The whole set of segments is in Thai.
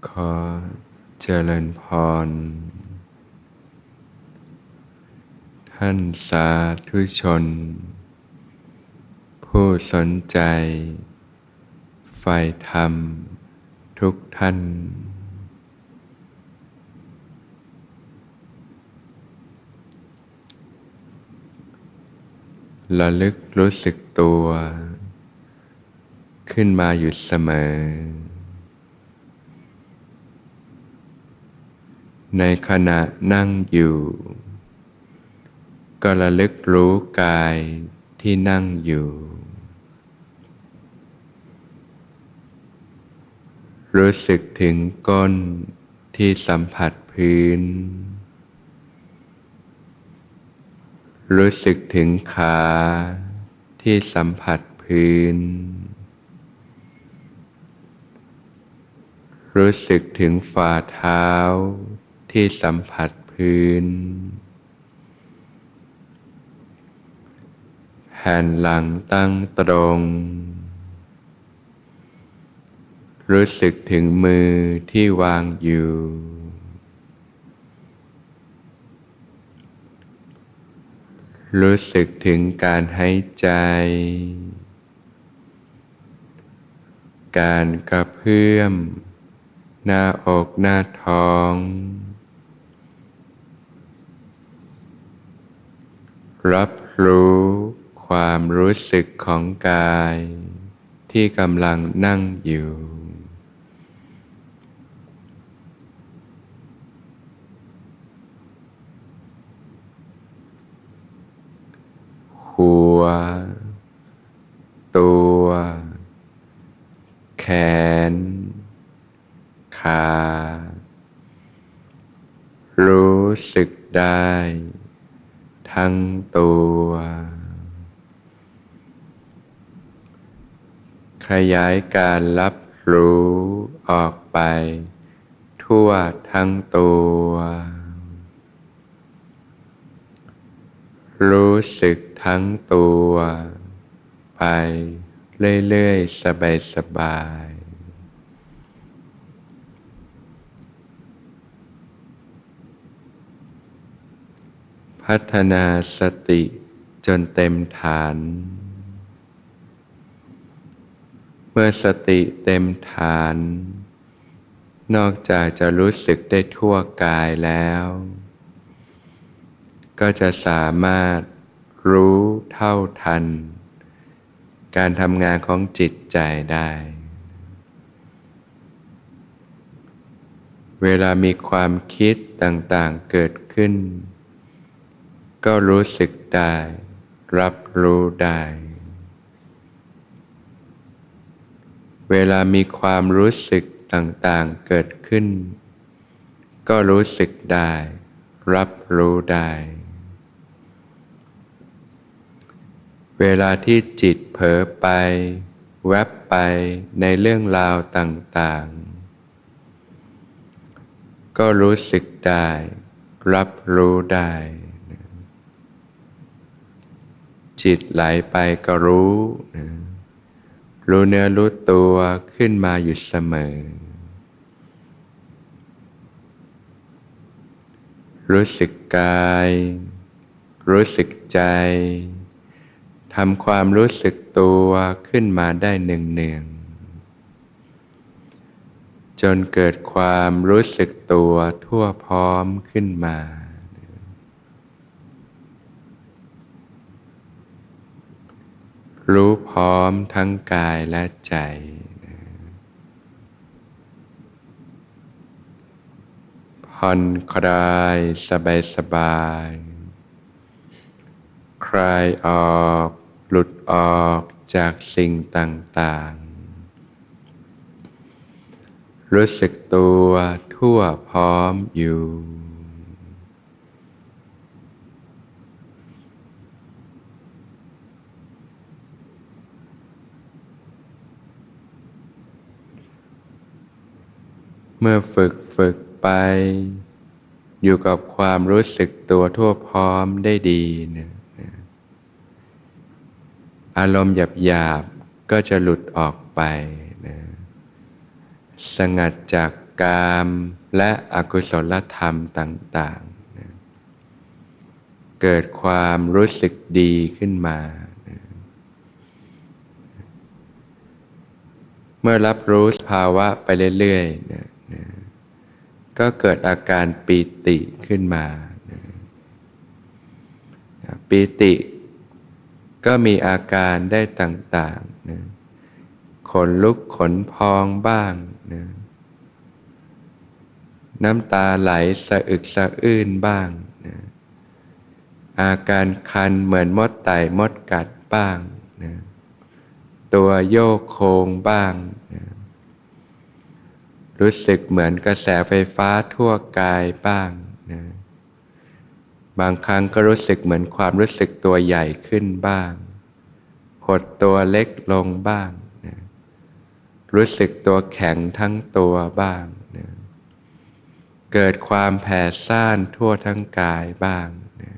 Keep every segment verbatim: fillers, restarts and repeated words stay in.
ขอเจริญพรท่านสาธุชนผู้สนใจใฝ่ธรรมทุกท่านระลึกรู้สึกตัวขึ้นมาอยู่เสมอในขณะนั่งอยู่ก็ระลึกรู้กายที่นั่งอยู่รู้สึกถึงก้นที่สัมผัสพื้นรู้สึกถึงขาที่สัมผัสพื้นรู้สึกถึงฝ่าเท้าที่สัมผัสพื้นแผ่นหลังตั้งตรงรู้สึกถึงมือที่วางอยู่รู้สึกถึงการหายใจการกระเพื่อมหน้าอกหน้าท้องรับรู้ความรู้สึกของกายที่กำลังนั่งอยู่หัวตัวแขนขารู้สึกได้ทั้งตัวขยายการรับรู้ออกไปทั่วทั้งตัวรู้สึกทั้งตัวไปเรื่อยๆสบายๆพัฒนาสติจนเต็มฐานเมื่อสติเต็มฐานนอกจากจะรู้สึกได้ทั่วกายแล้วก็จะสามารถรู้เท่าทันการทำงานของจิตใจได้เวลามีความคิดต่างๆเกิดขึ้นก็รู้สึกได้รับรู้ได้เวลามีความรู้สึกต่างๆเกิดขึ้นก็รู้สึกได้รับรู้ได้เวลาที่จิตเผลอไปแวบไปในเรื่องราวต่างๆก็รู้สึกได้รับรู้ได้จิตไหลไปก็รู้รู้เนื้อรู้ตัวขึ้นมาอยู่เสมอรู้สึกกายรู้สึกใจทำความรู้สึกตัวขึ้นมาได้เนืองๆจนเกิดความรู้สึกตัวทั่วพร้อมขึ้นมารู้พร้อมทั้งกายและใจผ่อนคลายสบายๆคลายออกหลุดออกจากสิ่งต่างๆรู้สึกตัวทั่วพร้อมอยู่เมื่อฝึกฝึกไปอยู่กับความรู้สึกตัวทั่วพร้อมได้ดีเนี่ยอารมณ์หยาบๆก็จะหลุดออกไปนะสงัดจากกามและอกุศลธรรมต่างๆนะเกิดความรู้สึกดีขึ้นมานะเมื่อรับรู้สภาวะไปเรื่อยๆนะนะก็เกิดอาการปีติขึ้นมานะนะปีติก็มีอาการได้ต่างๆนะขนลุกขนพองบ้างนะน้ำตาไหลสะอึกสะอื้นบ้างนะอาการคันเหมือนมดไต่มดกัดบ้างนะตัวโยกโคงบ้างนะรู้สึกเหมือนกระแสไฟฟ้าทั่วกายบ้างนะบางครั้งก็รู้สึกเหมือนความรู้สึกตัวใหญ่ขึ้นบ้างหดตัวเล็กลงบ้างนะรู้สึกตัวแข็งทั้งตัวบ้างนะเกิดความแผ่ซ่านทั่วทั้งกายบ้างนะ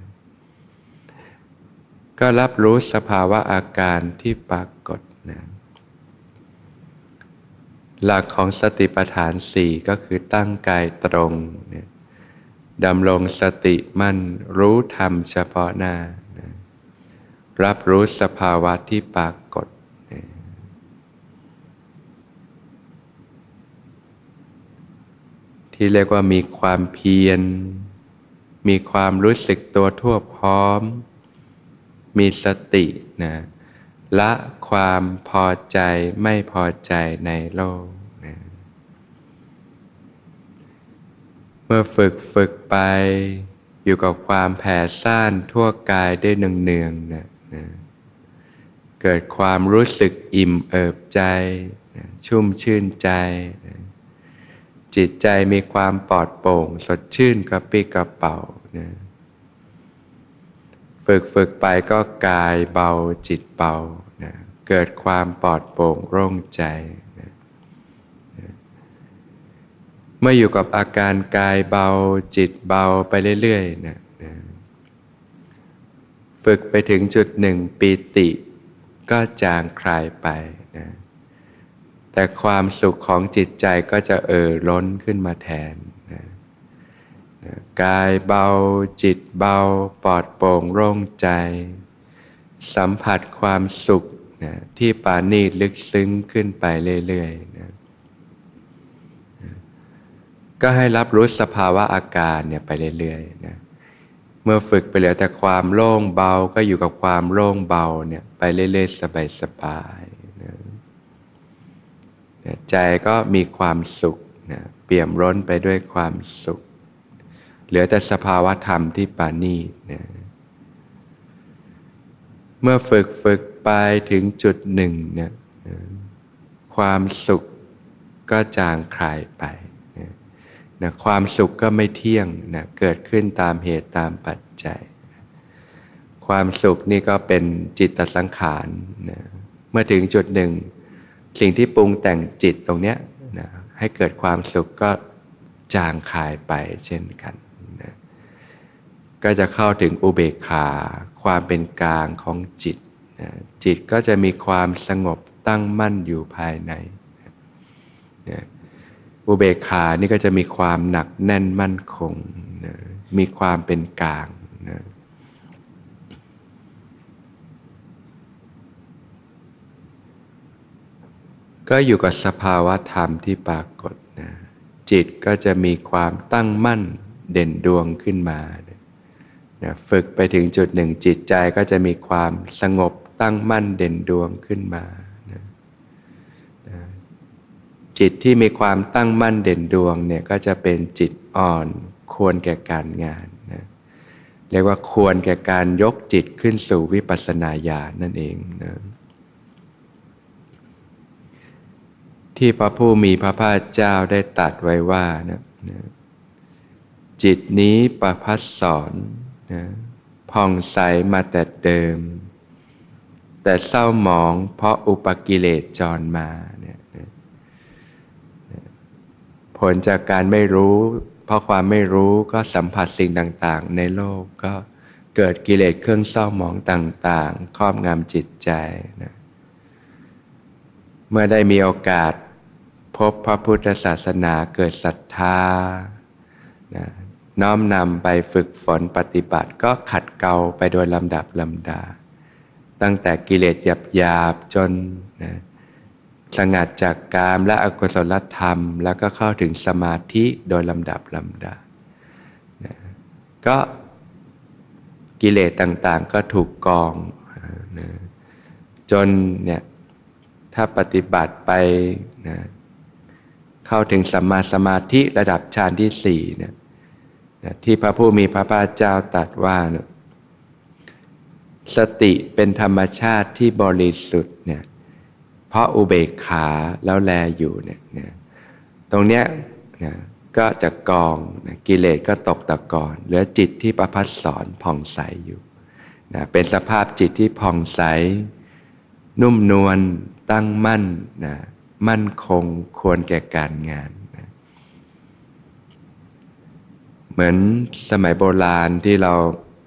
ก็รับรู้สภาวะอาการที่ปรากฏนะหลักของสติปัฏฐานสี่ก็คือตั้งกายตรงนะดำรงสติมั่นรู้ธรรมเฉพาะหน้านะรับรู้สภาวะที่ปรากฏนะที่เรียกว่ามีความเพียรมีความรู้สึกตัวทั่วพร้อมมีสตินะละความพอใจไม่พอใจในโลกนะเมื่อฝึกฝึกไปอยู่กับความแผ่ซ่านทั่วกายได้เนืองๆนะนะเกิดความรู้สึกอิ่มเอิบใจนะชุ่มชื่นใจนะจิตใจมีความปลอดโปร่งสดชื่นกระปรี้กระเป๋านะฝึกฝึกไปก็กายเบาจิตเบานะเกิดความปลอดโปร่งโล่งใจนะนะเมื่ออยู่กับอาการกายเบาจิตเบาไปเรื่อยๆนะนะฝึกไปถึงจุดหนึ่งปีติก็จางคลายไปนะแต่ความสุขของจิตใจก็จะเอ่อล้นขึ้นมาแทนนะนะกายเบาจิตเบาปลอดโปร่งโล่งใจสัมผัสความสุขนะที่ปราณีตลึกซึ้งขึ้นไปเรื่อยๆนะนะก็ให้รับรู้สภาวะอาการเนี่ยไปเรื่อยๆนะเมื่อฝึกไปเหลือแต่ความโล่งเบาก็อยู่กับความโล่งเบาเนี่ยไปเรื่อยๆสบายๆนะใจก็มีความสุขนะเปี่ยมล้นไปด้วยความสุขเหลือแต่สภาวะธรรมที่ปราณีตนะเมื่อฝึกฝึกไปถึงจุดหนึ่งนะนะความสุขก็จางคลายไปนะนะความสุขก็ไม่เที่ยงนะเกิดขึ้นตามเหตุตามปัจจัยนะความสุขนี่ก็เป็นจิตสังขารนะเมื่อถึงจุดหนึ่งสิ่งที่ปรุงแต่งจิตตรงเนี้ยนะให้เกิดความสุขก็จางคลายไปเช่นกันนะก็จะเข้าถึงอุเบกขาความเป็นกลางของจิตนะจิตก็จะมีความสงบตั้งมั่นอยู่ภายในนะนะอุเบกขานี่ก็จะมีความหนักแน่นมั่นคงนะมีความเป็นกลางนะก็อยู่กับสภาวะธรรมที่ปรากฏนะจิตก็จะมีความตั้งมั่นเด่นดวงขึ้นมานะนะฝึกไปถึงจุดหนึ่งจิตใจก็จะมีความสงบตั้งมั่นเด่นดวงขึ้นมานะนะจิตที่มีความตั้งมั่นเด่นดวงเนี่ยก็จะเป็นจิตอ่อนควรแก่การงานนะเรียกว่าควรแก่การยกจิตขึ้นสู่วิปัสสนาญาณนั่นเองนะที่พระผู้มีพระภาคเจ้าได้ตรัสไว้ว่านะนะจิตนี้ประภัสสรนะผ่องใสมาแต่เดิมแต่เศร้าหมองเพราะอุปกิเลสจรมาเนี่ยนะนะผลจากการไม่รู้เพราะความไม่รู้ก็สัมผัสสิ่งต่างๆในโลกก็เกิดกิเลสเครื่องเศร้าหมองต่างๆครอบงำจิตใจนะเมื่อได้มีโอกาสพบพระพุทธศาสนาเกิดศรัทธานะน้อมนำไปฝึกฝนปฏิบัติก็ขัดเกลาไปโดยลำดับลำดาตั้งแต่กิเลสหยาบๆจนนะสงัดจากกามและอกุศลธรรมแล้วก็เข้าถึงสมาธิโดยลำดับลำดานะก็กิเลสต่างๆก็ถูกกองนะจนเนี่ยถ้าปฏิบัติไปนะเข้าถึงสัมมาสมาธิระดับฌานที่สี่เนี่ยนะที่พระผู้มีพระภาคเจ้าตรัสว่านะสติเป็นธรรมชาติที่บริสุทธิ์เนี่ยเพราะอุเบกขาแล้วแลอยู่เนี่ยนะตรงเนี้ยนะก็จะกองนะกิเลสก็ตกตะกอนเหลือจิตที่ประภัสสรผ่องใสอยู่นะเป็นสภาพจิตที่ผ่องใสนุ่มนวลตั้งมั่นนะมั่นคงควรแก่การงานนะเหมือนสมัยโบราณที่เรา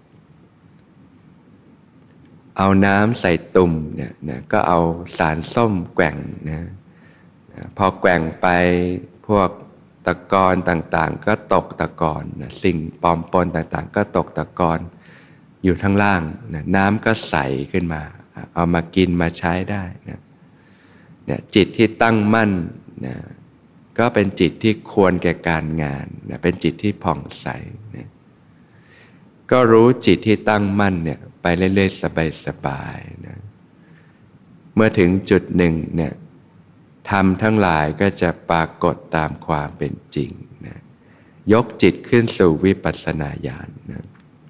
เอาน้ำใส่ตุ่มเนี่ยนะก็เอาสารส้มแกว่งนะนะพอแกว่งไปพวกตะกอนต่างๆก็ตกตะกอนนะสิ่งปลอมปนต่างๆก็ตกตะกอนอยู่ข้างล่างนะน้ำก็ใสขึ้นมาเอามากินมาใช้ได้นะเนี่ยจิตที่ตั้งมั่นนะก็เป็นจิตที่ควรแก่การงานนะเป็นจิตที่ผ่องใสนะก็รู้จิตที่ตั้งมั่นเนี่ยไปเรื่อยๆสบายๆนะเมื่อถึงจุดหนึ่งเนี่ยธรรมทั้งหลายก็จะปรากฏตามความเป็นจริงนะยกจิตขึ้นสู่วิปัสสนาญาณนะ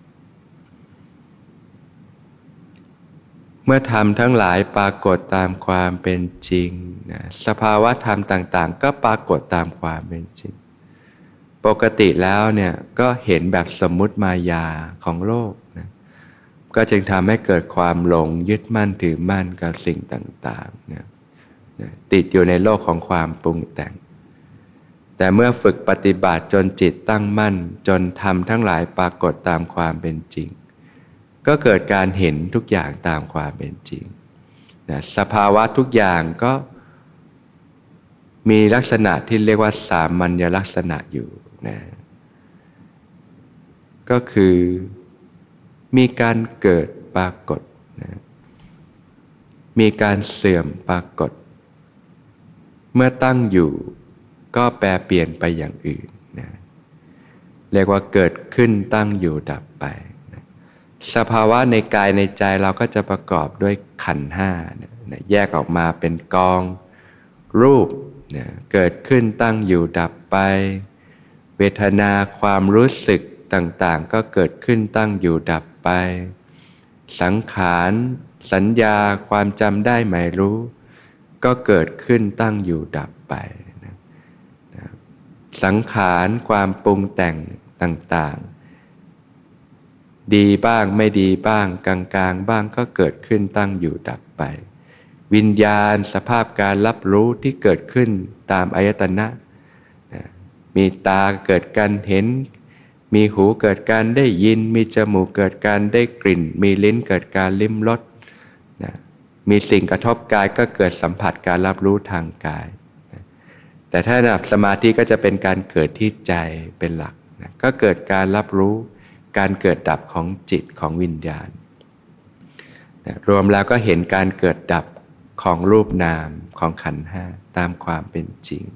เมื่อธรรมทั้งหลายปรากฏตามความเป็นจริงนะสภาวะธรรมต่างๆก็ปรากฏตามความเป็นจริงปกติแล้วเนี่ยก็เห็นแบบสมมุติมายาของโลกนะก็จึงทำให้เกิดความหลงยึดมั่นถือมั่นกับสิ่งต่างๆนะนะติดอยู่ในโลกของความปรุงแต่งแต่เมื่อฝึกปฏิบัติจนจิตตั้งมั่นจนธรรมทั้งหลายปรากฏตามความเป็นจริงก็เกิดการเห็นทุกอย่างตามความเป็นจริงนะสภาวะทุกอย่างก็มีลักษณะที่เรียกว่าสามัญลักษณะอยู่นะก็คือมีการเกิดปรากฏนะมีการเสื่อมปรากฏเมื่อตั้งอยู่ก็แปรเปลี่ยนไปอย่างอื่นนะเรียกว่าเกิดขึ้นตั้งอยู่ดับไปนะสภาวะในกายในใจเราก็จะประกอบด้วยขันธ์ห้านะนะแยกออกมาเป็นกองรูปนะเกิดขึ้นตั้งอยู่ดับไปเวทนาความรู้สึกต่างๆก็เกิดขึ้นตั้งอยู่ดับไปสังขารสัญญาความจำได้หมายรู้ก็เกิดขึ้นตั้งอยู่ดับไปนะนะสังขารความปรุงแต่งต่างๆดีบ้างไม่ดีบ้างกลางๆบ้างก็เกิดขึ้นตั้งอยู่ดับไปวิญญาณสภาพการรับรู้ที่เกิดขึ้นตามอายตนะนะมีตาเกิดการเห็นมีหูเกิดการได้ยินมีจมูกเกิดการได้กลิ่นมีลิ้นเกิดการลิ้มรสนะมีสิ่งกระทบกายก็เกิดสัมผัสการรับรู้ทางกายนะแต่ถ้าระดับสมาธิก็จะเป็นการเกิดที่ใจเป็นหลักนะก็เกิดการรับรู้การเกิดดับของจิตของวิญญาณนะรวมแล้วก็เห็นการเกิดดับของรูปนามของขันธ์ห้าตามความเป็นจริง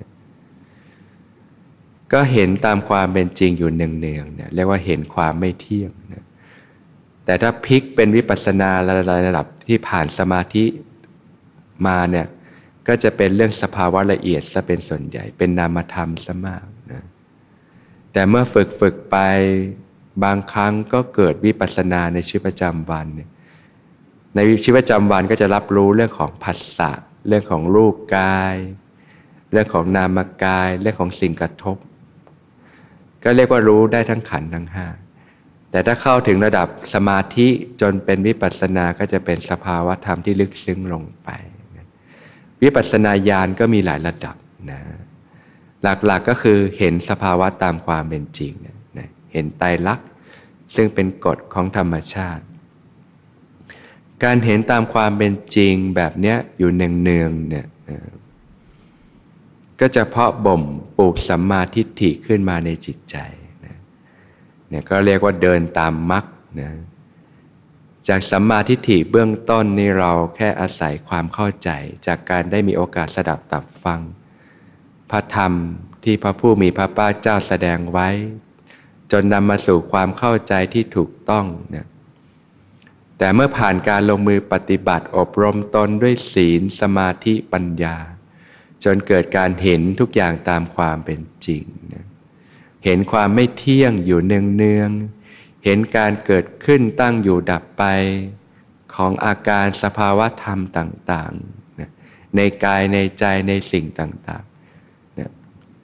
ก็เห็นตามความเป็นจริงอยู่เนืองๆเนี่ยเรียกว่าเห็นความไม่เที่ยงนะแต่ถ้าพลิกเป็นวิปัสสนาระดับที่ผ่านสมาธิมาเนี่ยก็จะเป็นเรื่องสภาวะละเอียดซะเป็นส่วนใหญ่เป็นนามธรรมซะมากนะแต่เมื่อฝึกฝึกไปบางครั้งก็เกิดวิปัสสนาในชีวิตประจำวันเนี่ยในชีวิตประจำวันก็จะรับรู้เรื่องของผัสสะเรื่องของรูปกายเรื่องของนามกายเรื่องของสิ่งกระทบก็เรียกว่ารู้ได้ทั้งขันธ์ทั้งห้าแต่ถ้าเข้าถึงระดับสมาธิจนเป็นวิปัสสนาก็จะเป็นสภาวะธรรมที่ลึกซึ้งลงไปนะวิปัสสนาญาณก็มีหลายระดับนะหลักๆ ก็คือเห็นสภาวะตามความเป็นจริงนะนะเห็นไตรลักษณ์ซึ่งเป็นกฎของธรรมชาติการเห็นตามความเป็นจริงแบบเนี้ยอยู่เนืองๆเนี่ยนะก็จะเพาะบ่มปลูกสัมมาทิฏฐิขึ้นมาในจิตใจนะเนี่ยก็เรียกว่าเดินตามมรรคนะจากสัมมาทิฏฐิเบื้องต้นนี่เราแค่อาศัยความเข้าใจจากการได้มีโอกาสสดับตับฟังพระธรรมที่พระผู้มีพระภาคเจ้าแสดงไว้จนนำมาสู่ความเข้าใจที่ถูกต้องนะแต่เมื่อผ่านการลงมือปฏิบัติอบรมตนด้วยศีลสมาธิปัญญาจนเกิดการเห็นทุกอย่างตามความเป็นจริงนะเห็นความไม่เที่ยงอยู่เนืองๆเห็นการเกิดขึ้นตั้งอยู่ดับไปของอาการสภาวะธรรมต่างๆนะในกายในใจในสิ่งต่างๆนะ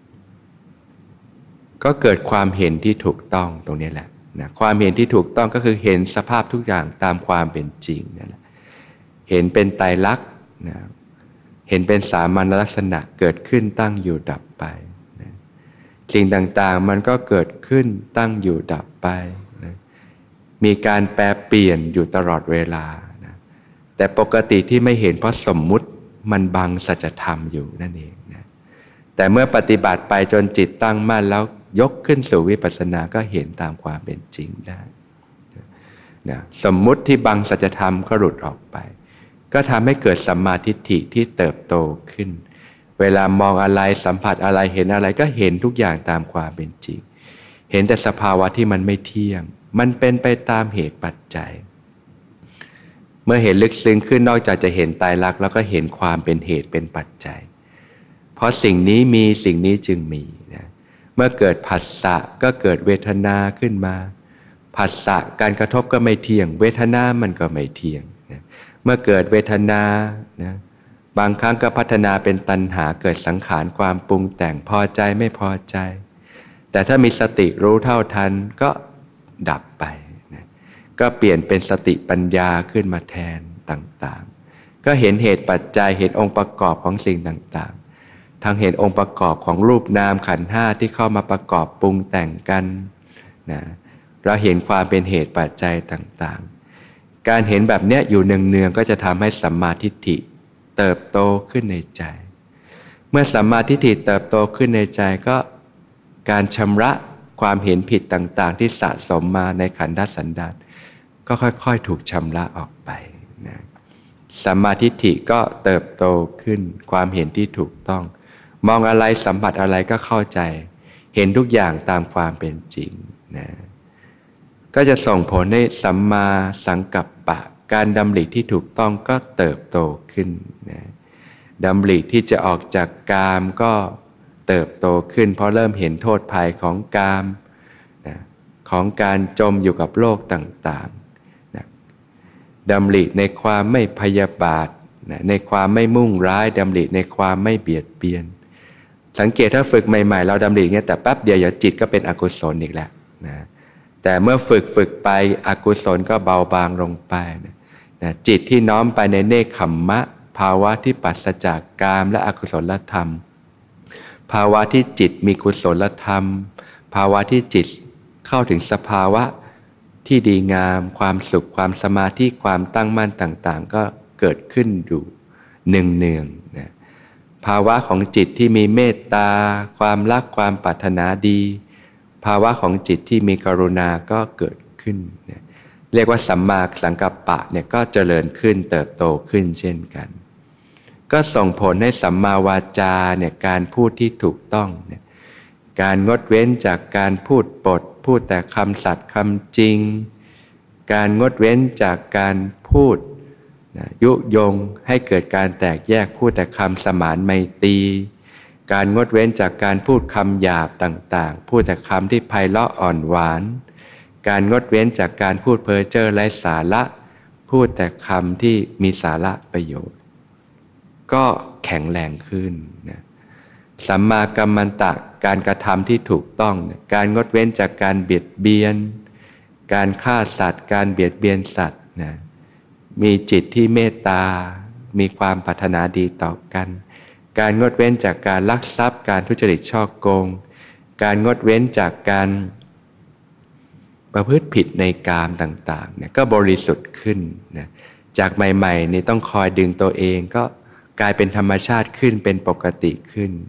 ก็เกิดความเห็นที่ถูกต้องตรงนี้แหละนะความเห็นที่ถูกต้องก็คือเห็นสภาพทุกอย่างตามความเป็นจริงนั่นแหละเห็นเป็นไตรลักษณ์นะเห็นเป็นสามัญลักษณะเกิดขึ้นตั้งอยู่ดับไปนะสิ่งต่างๆมันก็เกิดขึ้นตั้งอยู่ดับไปนะมีการแปรเปลี่ยนอยู่ตลอดเวลานะแต่ปกติที่ไม่เห็นเพราะสมมุติมันบังสัจธรรมอยู่นั่นเองนะแต่เมื่อปฏิบัติไปจนจิตตั้งมั่นแล้วยกขึ้นสู่วิปัสสนาก็เห็นตามความเป็นจริงได้นะสมมุติที่บังสัจธรรมก็หลุดออกไปก็ทำให้เกิดสัมมาทิฏฐิที่เติบโตขึ้นเวลามองอะไรสัมผัสอะไรเห็นอะไรก็เห็นทุกอย่างตามความเป็นจริงเห็นแต่สภาวะที่มันไม่เที่ยงมันเป็นไปตามเหตุปัจจัยเมื่อเห็นลึกซึ้งขึ้นนอกจากจะเห็นไตรลักษณ์แล้วก็เห็นความเป็นเหตุเป็นปัจจัยเพราะสิ่งนี้มีสิ่งนี้จึงมีนะเมื่อเกิดผัสสะก็เกิดเวทนาขึ้นมาผัสสะการกระทบก็ไม่เที่ยงเวทนามันก็ไม่เที่ยงนะเมื่อเกิดเวทนานะบางครั้งก็พัฒนาเป็นตัณหาเกิดสังขารความปรุงแต่งพอใจไม่พอใจแต่ถ้ามีสติรู้เท่าทันก็ดับไปนะก็เปลี่ยนเป็นสติปัญญาขึ้นมาแทนต่างๆก็เห็นเหตุปัจจัยเห็นองค์ประกอบของสิ่งต่างๆทั้งเห็นองค์ประกอบของรูปนามขันธ์ห้าที่เข้ามาประกอบปรุงแต่งกันนะเราเห็นความเป็นเหตุปัจจัยต่างๆการเห็นแบบเนี้ยอยู่เนืองๆก็จะทำให้สัมมาทิฏฐิเติบโตขึ้นในใจเมื่อสัมมาทิฏฐิเติบโตขึ้นในใจก็การชำระความเห็นผิดต่างๆที่สะสมมาในขันธสันดานก็ค่อยๆถูกชำระออกไปนะสัมมาทิฏฐิก็เติบโตขึ้นความเห็นที่ถูกต้องมองอะไรสัมผัสอะไรก็เข้าใจเห็นทุกอย่างตามความเป็นจริงนะก็จะส่งผลให้สัมมาสังกัปปะการดำริที่ถูกต้องก็เติบโตขึ้นนะดำริที่จะออกจากกามก็เติบโตขึ้นเพราะเริ่มเห็นโทษภัยของกามนะของการจมอยู่กับโลกต่างๆนะดำริในความไม่พยาบาทนะในความไม่มุ่งร้ายดำริในความไม่เบียดเบียนสังเกตถ้าฝึกใหม่ๆเราดำริอย่างเงี้ยแต่แป๊บเดียวเดี๋ยวจิตก็เป็นอกุศลอีกแล้วนะแต่เมื่อฝึกฝึกไปอกุศลก็เบาบางลงไปนะนะจิตที่น้อมไปในเนกขัมมะภาวะที่ปราศจากกามและอกุศลธรรมภาวะที่จิตมีกุศลธรรมภาวะที่จิตเข้าถึงสภาวะที่ดีงามความสุขความสมาธิความตั้งมั่นต่างๆก็เกิดขึ้นอยู่เนืองๆนะภาวะของจิตที่มีเมตตาความรักความปรารถนาดีภาวะของจิตที่มีกรุณาก็เกิดขึ้นนะเรียกว่าสัมมาสังกัปปะเนี่ยก็เจริญขึ้นเติบโตขึ้นเช่นกันก็ส่งผลให้สัมมาวาจาเนี่ยการพูดที่ถูกต้องเนี่ยการงดเว้นจากการพูดปดพูดแต่คำสัตย์คำจริงการงดเว้นจากการพูดนะยุยงให้เกิดการแตกแยกพูดแต่คำสมานไมตรีการงดเว้นจากการพูดคำหยาบต่างๆพูดแต่คำที่ไพเราะอ่อนหวานการงดเว้นจากการพูดเพ้อเจ้อไร้สาระพูดแต่คำที่มีสาระประโยชน์ก็แข็งแรงขึ้นนะสัมมากัมมันตะการกระทำที่ถูกต้องนะการงดเว้นจากการเบียดเบียนการฆ่าสัตว์การเบียดเบียนสัตว์นะมีจิตที่เมตตามีความปรารถนาดีต่อกันการงดเว้นจากการลักทรัพย์การทุจริตฉ้อโกงการงดเว้นจากการประพฤติผิดในกามต่างๆเนี่ยก็บริสุทธิ์ขึ้นนะจากใหม่ๆนี่ต้องคอยดึงตัวเองก็กลายเป็นธรรมชาติขึ้นเป็นปกติขึ้นพ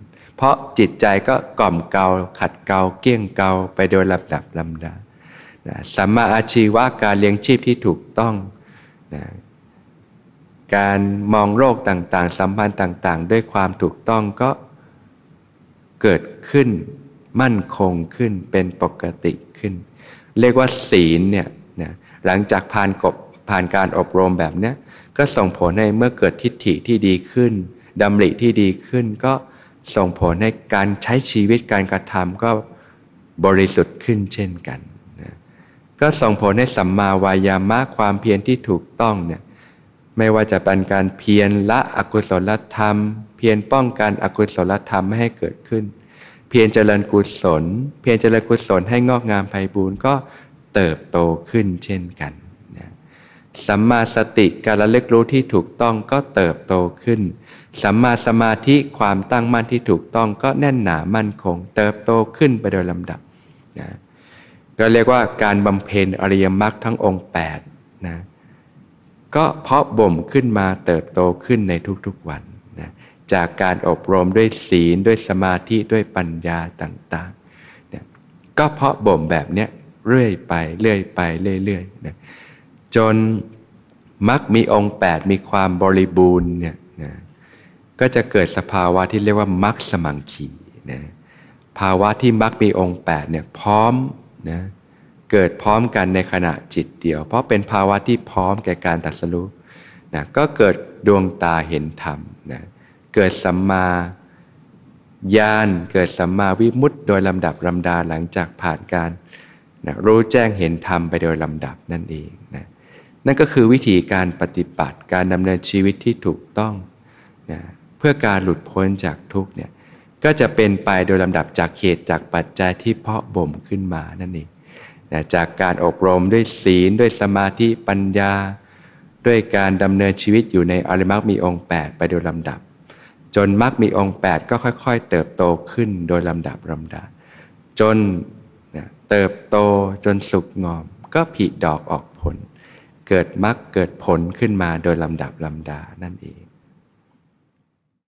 เพราะจิตใจก็กล่อมเกลาขัดเกลาเกลี้ยงเกลาไปโดยลำดับลำดานะสัมมาอาชีวะการเลี้ยงชีพที่ถูกต้องนะการมองโลกต่างๆสัมพันธ์ต่างๆด้วยความถูกต้องก็เกิดขึ้นมั่นคงขึ้นเป็นปกติขึ้นเรียกว่าศีลเนี่ยนะหลังจากผ่านกบผ่านการอบรมแบบเนี้ยก็ส่งผลให้เมื่อเกิดทิฏฐิที่ดีขึ้นดำริที่ดีขึ้นก็ส่งผลให้การใช้ชีวิตการกระทำก็บริสุทธิ์ขึ้นเช่นกันนะก็ส่งผลให้สัมมาวายามะความเพียรที่ถูกต้องเนี่ยไม่ว่าจะเป็นการเพียรละอกุศลธรรมเพียรป้องกันอกุศลธรรมไม่ให้เกิดขึ้นเพียรเจริญกุศลเพียรเจริญกุศลให้งอกงามไพบูลย์ก็เติบโตขึ้นเช่นกันนะสัมมาสติการระลึกรู้ที่ถูกต้องก็เติบโตขึ้นสัมมาสมาธิความตั้งมั่นที่ถูกต้องก็แน่นหนามั่นคงเติบโตขึ้นไปโดยลำดับนะก็เรียกว่าการบำเพ็ญอริยมรรคทั้งองค์แปดนะก็เพาะบ่มขึ้นมาเติบโตขึ้นในทุกๆวันนะจากการอบรมด้วยศีลด้วยสมาธิด้วยปัญญาต่างๆนะก็เพาะบ่มแบบเนี้ยเรื่อยไปเรื่อยไปเรื่อยๆนะจนมรรคมีองค์แปดมีความบริบูรณ์เนี่ยนะก็จะเกิดสภาวะที่เรียกว่ามรรคสมังคีนะภาวะที่มรรคมีองค์แปดเนี่ยพร้อมนะเกิดพร้อมกันในขณะจิตเดียวเพราะเป็นภาวะที่พร้อมแก่การตรัสรู้นะก็เกิดดวงตาเห็นธรรมนะเกิดสัมมาญาณเกิดสัมมาวิมุตติโดยลำดับลำดาหลังจากผ่านการนะรู้แจ้งเห็นธรรมไปโดยลำดับนั่นเองนะนั่นก็คือวิธีการปฏิบัติการดำเนินชีวิตที่ถูกต้องนะเพื่อการหลุดพ้นจากทุกข์เนี่ยก็จะเป็นไปโดยลำดับจากเหตุจากปัจจัยที่เพาะบ่มขึ้นมานั่นเองนะจากการอบรมด้วยศีลด้วยสมาธิปัญญาด้วยการดำเนินชีวิตอยู่ในอริยมรรคมีองค์แปดไปโดยลำดับจนมรรคมีองค์แปดก็ค่อยๆเติบโตขึ้นโดยลำดับลำดาจนนะเติบโตจนสุกงอมก็ผลิดอกออกผลเกิดมรรคเกิดผลขึ้นมาโดยลำดับลำดานั่นเอง